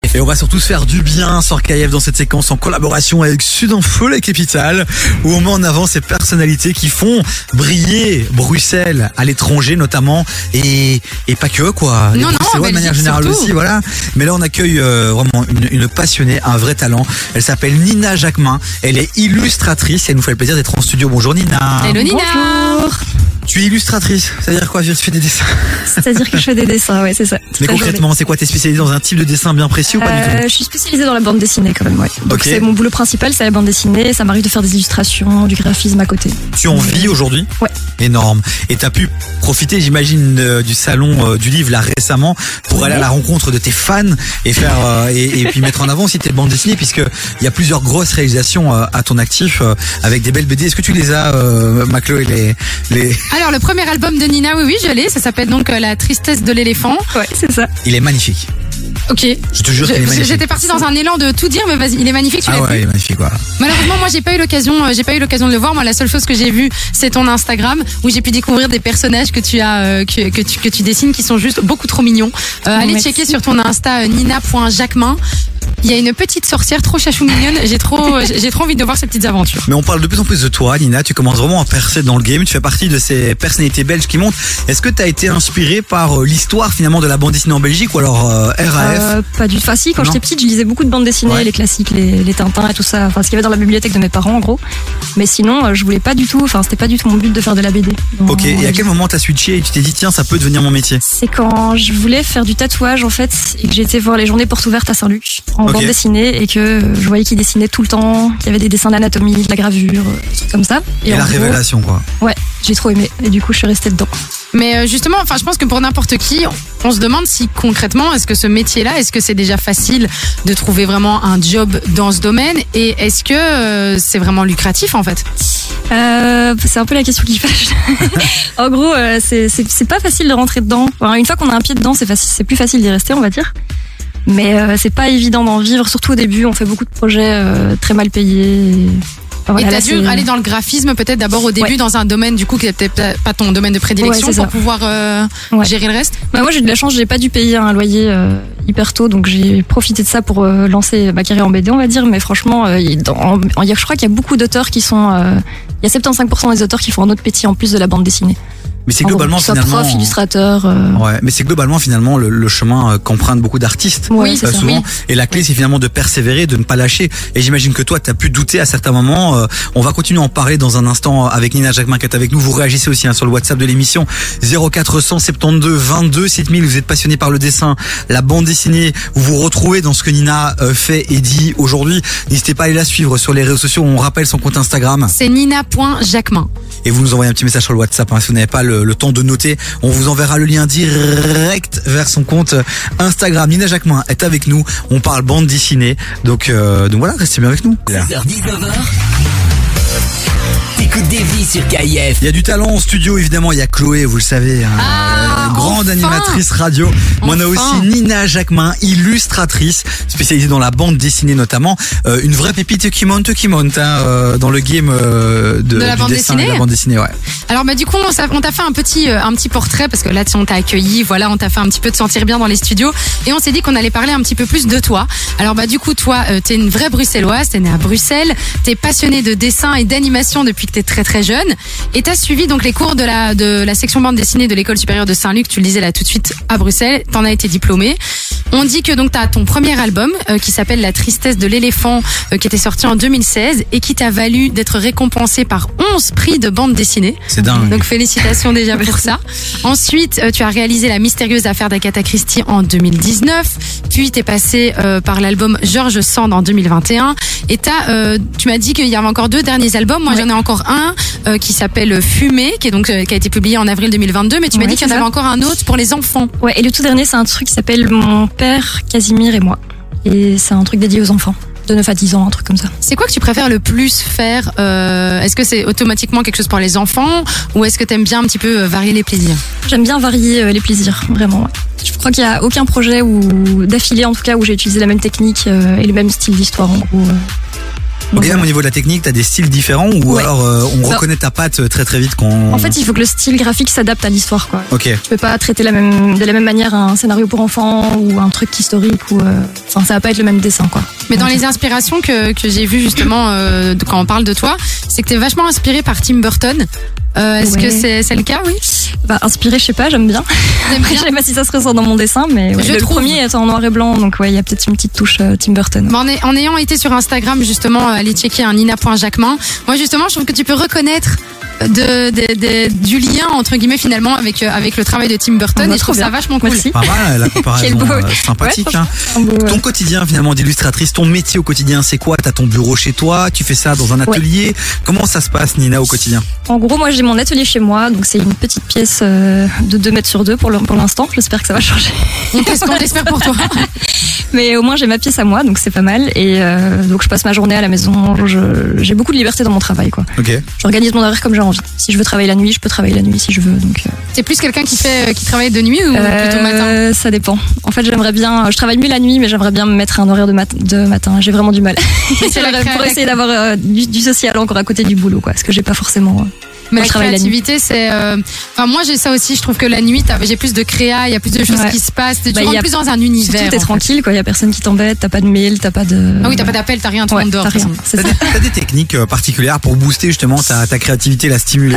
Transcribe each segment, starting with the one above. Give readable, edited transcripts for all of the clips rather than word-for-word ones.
Et on va surtout se faire du bien sur KF dans cette séquence en collaboration avec Sudinfo, la capitale, où on met en avant ces personnalités qui font briller Bruxelles à l'étranger notamment, et pas que quoi. Les Bruxellois de manière générale surtout. Aussi, voilà. Mais là on accueille vraiment une passionnée, un vrai talent. Elle s'appelle Nina Jacquemin. Elle est illustratrice et elle nous fait le plaisir d'être en studio. Bonjour Nina. Hello Nina. Bonjour. Tu es illustratrice, c'est-à-dire quoi? Tu fais des dessins? C'est-à-dire que je fais des dessins, ouais, c'est ça. Mais concrètement, c'est quoi? T'es spécialisée dans un type de dessin bien précis ou pas du tout? Je suis spécialisée dans la bande dessinée quand même, ouais. Donc Okay. c'est mon boulot principal, c'est la bande dessinée. Ça m'arrive de faire des illustrations, du graphisme à côté. Tu en vis aujourd'hui? Ouais. Énorme. Et t'as pu profiter, j'imagine, du salon du livre là récemment pour aller à la rencontre de tes fans et faire et puis mettre en avant aussi tes bandes dessinées, puisque il y a plusieurs grosses réalisations à ton actif avec des belles BD. Est-ce que tu les as, Maclo, et les... Alors le premier album de Nina, oui, je l'ai. Ça s'appelle donc La tristesse de l'éléphant. Ouais, c'est ça. Il est magnifique. Ok. Je te jure qu'il est magnifique. J'étais partie dans un élan de tout dire, mais vas-y, il est magnifique. Tu l'as ouais, vu? il est magnifique, voilà. Malheureusement, moi, j'ai pas eu l'occasion de le voir. Moi, la seule chose que j'ai vue, c'est ton Instagram, où j'ai pu découvrir des personnages que tu as, que tu dessines, qui sont juste beaucoup trop mignons. Allez checker sur ton Insta nina.jacquemin. Il y a une petite sorcière trop chachou mignonne. J'ai trop envie de voir ces petites aventures. Mais on parle de plus en plus de toi, Nina. Tu commences vraiment à percer dans le game. Tu fais partie de ces personnalités belges qui montent. Est-ce que tu as été inspiré par l'histoire finalement de la bande dessinée en Belgique ou alors RAF? Pas du tout. Enfin, si, quand j'étais petite, je lisais beaucoup de bandes dessinées, ouais. Les classiques, les Tintins et tout ça. Enfin, ce qu'il y avait dans la bibliothèque de mes parents, en gros. Mais sinon, je voulais pas du tout. Enfin, c'était pas du tout mon but de faire de la BD. Ok. Et à quel moment t'as switché et tu t'es dit tiens, ça peut devenir mon métier? C'est quand je voulais faire du tatouage en fait et que j'ai été voir les journées portes ouvertes à Saint-Luc en bande dessinée et que je voyais qu'ils dessinaient tout le temps, qu'il y avait des dessins d'anatomie, de la gravure, des trucs comme ça. Et la révélation quoi. Ouais, j'ai trop aimé et du coup je suis restée dedans. Mais justement, enfin, je pense que pour n'importe qui, on se demande si concrètement, est-ce que ce métier-là, est-ce que c'est déjà facile de trouver vraiment un job dans ce domaine et est-ce que c'est vraiment lucratif en fait? C'est un peu la question qui fâche. En gros, c'est pas facile de rentrer dedans. Enfin, une fois qu'on a un pied dedans, c'est plus facile d'y rester, on va dire. Mais c'est pas évident d'en vivre, surtout au début. On fait beaucoup de projets très mal payés. Voilà, et t'as dû aller dans le graphisme peut-être d'abord au début dans un domaine du coup qui n'était peut-être pas ton domaine de prédilection pour pouvoir gérer le reste. Bah moi j'ai de la chance, j'ai pas dû payer un loyer hyper tôt, donc j'ai profité de ça pour lancer ma carrière en BD on va dire. Mais franchement, je crois qu'il y a beaucoup d'auteurs qui sont, il y a 75% des auteurs qui font un autre métier en plus de la bande dessinée. Mais c'est globalement finalement prof, illustrateur. Ouais, mais c'est globalement finalement le chemin qu'empruntent beaucoup d'artistes. Oui, c'est souvent. Oui. Et la clé c'est finalement de persévérer, de ne pas lâcher. Et j'imagine que toi, tu as pu douter à certains moments. On va continuer à en parler dans un instant avec Nina Jacquemin qui est avec nous. Vous réagissez aussi sur le WhatsApp de l'émission 0472 22 7000. Vous êtes passionné par le dessin, la bande dessinée. Vous vous retrouvez dans ce que Nina fait et dit aujourd'hui. N'hésitez pas à aller la suivre sur les réseaux sociaux. On rappelle son compte Instagram. C'est nina.jacquemin. Et vous nous envoyez un petit message sur le WhatsApp si vous n'avez pas le temps de noter. On vous enverra le lien direct vers son compte Instagram. Nina Jacquemin est avec nous. On parle bande dessinée. Donc voilà, restez bien avec nous. 16h-19h. T'écoutes des vies sur KIF. Il y a du talent en studio, évidemment. Il y a Chloé, vous le savez, grande animatrice radio. Mais on a aussi Nina Jacquemin, illustratrice, spécialisée dans la bande dessinée notamment. Une vraie pépite qui monte dans le game de la bande dessinée. La bande dessinée, ouais. Alors du coup, on t'a fait un petit portrait parce que là, on t'a accueilli, voilà, on t'a fait un petit peu te sentir bien dans les studios et on s'est dit qu'on allait parler un petit peu plus de toi. Alors du coup, toi, t'es une vraie bruxelloise, t'es née à Bruxelles, t'es passionnée de dessin et d'animation depuis que t'es très très jeune et t'as suivi donc les cours de la section bande dessinée de l'école supérieure de Saint-Luc, tu le disais là tout de suite à Bruxelles, t'en as été diplômée. On dit que donc t'as ton premier album qui s'appelle La tristesse de l'éléphant qui était sorti en 2016 et qui t'a valu d'être récompensé par 11 prix de bande dessinée. C'est dingue. Donc félicitations déjà pour ça. Ensuite, tu as réalisé La mystérieuse affaire d'Agatha Christie en 2019, puis t'es passé par l'album George Sand en 2021 et tu m'as dit qu'il y avait encore 2 derniers albums. Moi j'en ai encore un qui s'appelle Fumée qui a été publié en avril 2022, mais tu m'as dit qu'il y en avait encore un autre pour les enfants. Ouais, et le tout dernier c'est un truc qui s'appelle Mon père, Casimir et moi. Et c'est un truc dédié aux enfants. De 9 à 10 ans, un truc comme ça. C'est quoi que tu préfères le plus faire Est-ce que c'est automatiquement quelque chose pour les enfants ou est-ce que t'aimes bien un petit peu varier les plaisirs? J'aime bien varier les plaisirs, vraiment. Ouais. Je crois qu'il n'y a aucun projet d'affilée en tout cas où j'ai utilisé la même technique et le même style d'histoire en gros. Ok, voilà. au niveau de la technique, t'as des styles différents ou Ouais. alors on Bah, reconnaît ta patte très très vite quand. En fait, il faut que le style graphique s'adapte à l'histoire, quoi. Ok. Tu peux pas traiter de la même manière un scénario pour enfants ou un truc historique ou enfin ça va pas être le même dessin, quoi. Mais dans les inspirations que j'ai vues justement quand on parle de toi, c'est que t'es vachement inspiré par Tim Burton. Est-ce Ouais. que c'est le cas, oui? Bah, inspiré, je sais pas, j'aime bien. T'aimes Après, bien? je sais pas si ça se ressent dans mon dessin, mais ouais, Je le trouve. premier est en noir et blanc, donc ouais, il y a peut-être une petite touche Tim Burton. Bon, en ayant été sur Instagram, justement, aller checker un nina.jacquemin, moi, justement, je trouve que tu peux reconnaître du lien, entre guillemets, finalement, avec le travail de Tim Burton. Ah bah, Et je trouve trop ça bien. vachement cool. Merci. Pas mal la comparaison, Quel beau. sympathique. Ouais, hein. Un beau, Ton quotidien finalement d'illustratrice, ton métier au quotidien, c'est quoi? T'as ton bureau chez toi, tu fais ça dans un atelier. Comment ça se passe, Nina, au quotidien? En gros, moi j'ai mon atelier chez moi, donc c'est une petite pièce de 2 mètres sur 2 pour l'instant. J'espère que ça va changer. Qu'est-ce qu'on espère pour toi? Mais au moins j'ai ma pièce à moi, donc c'est pas mal. Et donc je passe ma journée à la maison. J'ai beaucoup de liberté dans mon travail, quoi. Ok. J'organise mon horaire comme j'ai envie. Si je veux travailler la nuit, je peux travailler la nuit si je veux. Donc T'es plus quelqu'un qui travaille de nuit ou plutôt matin? ça dépend. En fait, j'aimerais bien. Je travaille mieux la nuit, mais j'aimerais bien me mettre un horaire de matin. J'ai vraiment du mal. c'est la pour essayer d'avoir du social encore à côté du boulot, quoi. Parce que j'ai pas forcément. Mais Moi, la je travaille la nuit. créativité, c'est. Enfin, moi, j'ai ça aussi. Je trouve que la nuit, j'ai plus de créa, il y a plus de choses Ouais. qui se passent. Tu Bah, rentres y a- plus dans un Surtout, univers. t'es en fait. tranquille, quoi. Y a personne qui t'embête. T'as pas de mail, t'as pas de. Ah oui, t'as pas d'appel, t'as rien, tout le Ouais, monde dort. t'as de toute rien. façon. C'est ça. T'as des techniques particulières pour booster justement ta créativité, la stimuler?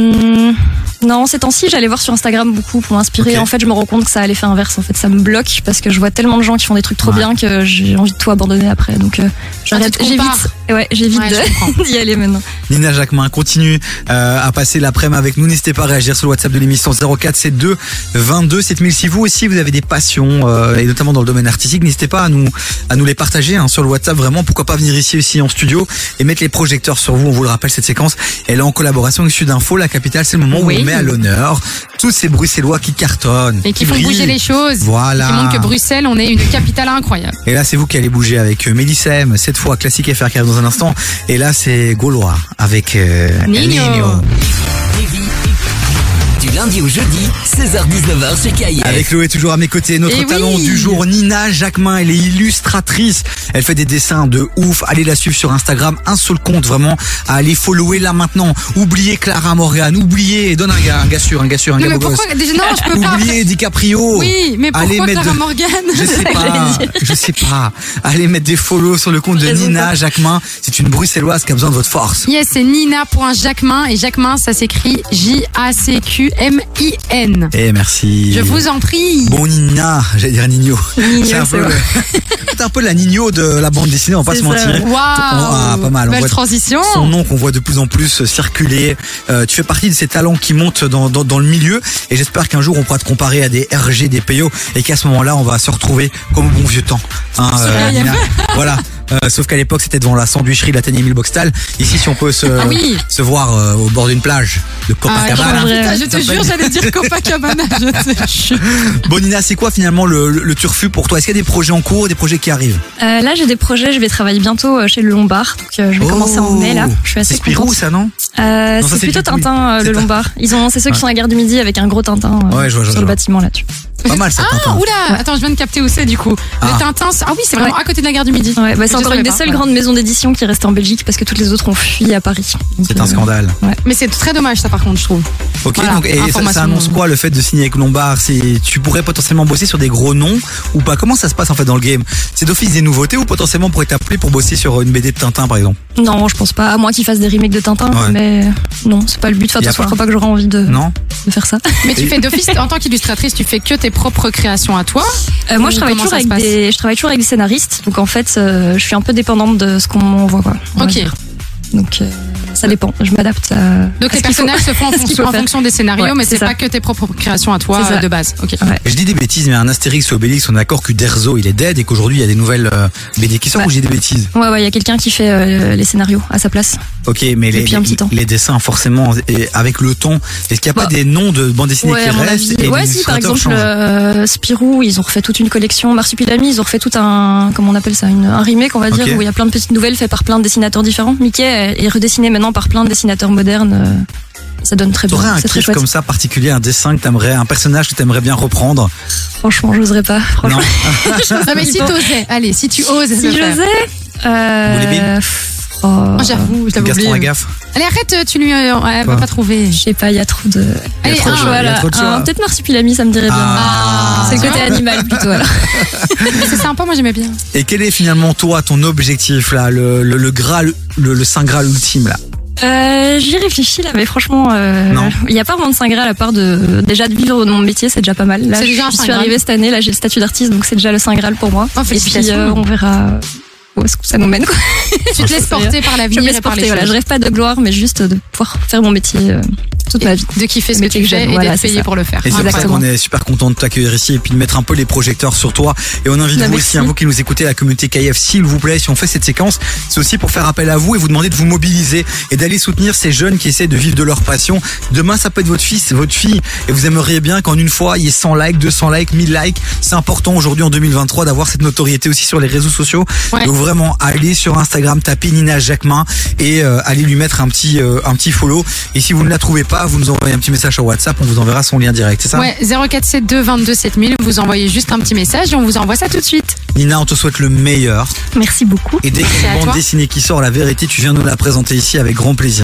Non, ces temps-ci, j'allais voir sur Instagram beaucoup pour m'inspirer. Ok. En fait, je me rends compte que ça a l'effet inverse. En fait, ça me bloque parce que je vois tellement de gens qui font des trucs trop Ouais. bien que j'ai envie de tout abandonner après. Donc, j'arrête. tu te compares. J'évite Ouais, je comprends. d'y aller maintenant. Nina Jacquemin continue à passer l'après-midi avec nous. N'hésitez pas à réagir sur le WhatsApp de l'émission 0472 22 7000. Si vous aussi vous avez des passions et notamment dans le domaine artistique, n'hésitez pas à nous les partager sur le WhatsApp. Vraiment, pourquoi pas venir ici aussi en studio et mettre les projecteurs sur vous. On vous le rappelle, cette séquence elle est en collaboration avec Sud Info, la capitale. C'est le moment Oui. où on met à l'honneur tous ces Bruxellois qui cartonnent Et qui font brillent. bouger les choses. Voilà. Qui montrent que Bruxelles, on est une capitale incroyable. Et là, c'est vous qui allez bouger avec Mélissa M, cette fois Classique FR qui arrive dans un instant. Et là, c'est Gaulois avec Nino. Du lundi au jeudi, 16h-19h sur KIF. Avec Chloé toujours à mes côtés, notre Eh talent oui. du jour, Nina Jacquemin, elle est illustratrice, elle fait des dessins de ouf, allez la suivre sur Instagram, un seul compte vraiment, à aller follower là maintenant, oubliez Clara Morgan, oubliez, donne un gars sûr, un Non, gars mais beau gosse. pourquoi déjà, non, je peux pas. Oubliez DiCaprio. Oui, mais Allez pourquoi mettre Clara de- Morgan? Je sais pas. Allez mettre des follow sur le compte de Raison Nina pas. Jacquemin, c'est une bruxelloise qui a besoin de votre force. Yes, c'est nina.jacquemin et Jacquemin, ça s'écrit Jacqumin. Eh merci. Je vous en prie. Bon Nina, j'allais dire Nino. Nino, C'est un c'est peu vrai. c'est un peu la Nino de la bande dessinée, on va pas C'est se ça. mentir. Waouh. Ah, pas mal. On Belle voit transition. son nom qu'on voit de plus en plus circuler. Tu fais partie de ces talents qui montent dans le milieu et j'espère qu'un jour on pourra te comparer à des RG, des PO et qu'à ce moment-là on va se retrouver comme au bon vieux temps. Nina. Voilà. Sauf qu'à l'époque c'était devant la sandwicherie de la Emile Boxtal. Ici si on peut se voir au bord d'une plage de Copacabana. putain, je Ça te s'appelle- jure, j'allais dire Copacabana, je te jure. Bon Nina, c'est quoi finalement le turfu pour toi? Est-ce qu'il y a des projets en cours, des projets qui arrivent? Là, j'ai des projets. Je vais travailler bientôt chez le Lombard. Donc, je vais commencer en mai là. Je suis assez C'est Spirou contente. ça non? C'est ça, c'est plutôt Pipouille. Tintin, C'est le ta- Lombard. C'est ceux qui sont à la gare du Midi avec un gros Tintin Ouais, je vois, sur le bâtiment là-dessus. Pas mal ça. Ah, Tintin. oula, attends, je viens de capter où c'est du coup. Ah. Le Tintin, ah oui, c'est vraiment Ouais. à côté de la gare du Midi. Ouais, bah, c'est Je encore savais une des pas, seules ouais. grandes maisons d'édition qui reste en Belgique parce que toutes les autres ont fui à Paris. Donc, C'est un scandale. Mais c'est très dommage ça par contre, je trouve. Ok, Voilà, donc et ça information. annonce quoi le fait de signer avec Lombard? Tu pourrais potentiellement bosser sur des gros noms ou pas? Comment ça se passe en fait dans le game? C'est d'office des nouveautés ou potentiellement on pourrait t'appeler pour bosser sur une BD de Tintin par exemple? Non, je pense pas. À moins qu'ils fassent des remakes de Tintin, Ouais. mais non, c'est pas le but. Enfin, de Y a toute façon, pas. je crois pas que j'aurai envie de Non? faire ça. Mais tu fais d'office en tant qu'illustratrice, tu fais que tes propres créations à toi. Moi, je Ou travaille comment toujours ça se passe je travaille toujours avec des scénaristes. Donc en fait, je suis un peu dépendante de ce qu'on m'envoie, quoi. on va Ok. dire. Donc ça dépend. Je m'adapte à. Donc à les ce qu'il faut. personnages se font en à ce qu'il fonction, faut en faire. fonction des scénarios, Ouais, mais c'est c'est ça. pas que tes propres créations à toi C'est ça. de base. Ok. Ouais. Je dis des bêtises, mais un Astérix ou Obélix, on est d'accord que Derzo il est dead et qu'aujourd'hui il y a des nouvelles BD qui sortent Ouais. ou j'ai des bêtises? Ouais, il y a quelqu'un qui fait les scénarios à sa place. Ok, mais Depuis un petit temps. les dessins forcément, et avec le temps, est-ce qu'il n'y a pas Bah, des noms de bandes dessinées qui à mon restent avis. et Ouais, les si, par illustrateurs exemple, changent? Spirou, ils ont refait toute une collection. Marsupilami, ils ont refait tout un, comment on appelle ça, un remake, on va dire, Ok. où il y a plein de petites nouvelles faites par plein de dessinateurs différents. Mickey est redessiné maintenant par plein de dessinateurs modernes. Ça donne très bien. T'aurais un C'est très kiff chouette. comme ça particulier, un dessin que t'aimerais, un personnage que t'aimerais bien reprendre? Franchement, j'oserais pas. Franchement. Non. Non mais si t'osais, allez, si tu oses. Si le faire. j'osais, Ou les billes Oh, J'avoue, je l'avais Gaston oublié. Lagaffe. Allez, arrête, tu lui, elle va pas trouver. je sais pas, il y a trop de. Allez, trop de un. choix. Il y a trop de choix. Peut-être Marsupilami, ça me dirait bien. Ah. C'est le tu côté vois. animal plutôt. Alors. C'est sympa, moi j'aimais bien. Et quel est finalement toi ton objectif là, le Graal, le Saint Graal ultime là? J'y réfléchis là, mais franchement, Non. il y a pas vraiment de Saint Graal à part déjà de vivre de mon métier, c'est déjà pas mal. Là, C'est déjà un je Saint suis Graal. arrivée cette année, là j'ai le statut d'artiste, donc c'est déjà le Saint Graal pour moi. Oh, Et puis félicitations. on verra où est-ce que ça nous mène. Quoi. Tu te laisses porter par Je l'avenir me et laisse par les porter, voilà. choses. Je rêve pas de gloire, mais juste de pouvoir faire mon métier toute ma vie. De kiffer ce Le que tu métier que fais j'aime, et voilà, d'être c'est payé ça. pour le faire. Et c'est pour ça Exactement. qu'on est super content de t'accueillir ici et puis de mettre un peu les projecteurs sur toi. Et on invite Bah, vous merci. aussi, vous qui nous écoutez, la communauté KF, s'il vous plaît, si on fait cette séquence, c'est aussi pour faire appel à vous et vous demander de vous mobiliser et d'aller soutenir ces jeunes qui essaient de vivre de leur passion. Demain, ça peut être votre fils, votre fille, et vous aimeriez bien qu'en une fois, il y ait 100 likes, 200 likes, 1000 likes. C'est important aujourd'hui en 2023 d'avoir cette notoriété aussi sur les réseaux sociaux. Ouais. Donc vraiment, allez sur Instagram, tapez Nina Jacquemin et allez lui mettre un petit follow. Et si vous ne la trouvez pas, vous nous envoyez un petit message sur WhatsApp, on vous enverra son lien direct, c'est ça? Ouais, 0472 22 7000, vous envoyez juste un petit message et on vous envoie ça tout de suite. Nina, on te souhaite le meilleur. Merci beaucoup. Et dès qu'il y a à une bande toi. dessinée qui sort, la vérité, tu viens nous la présenter ici avec grand plaisir.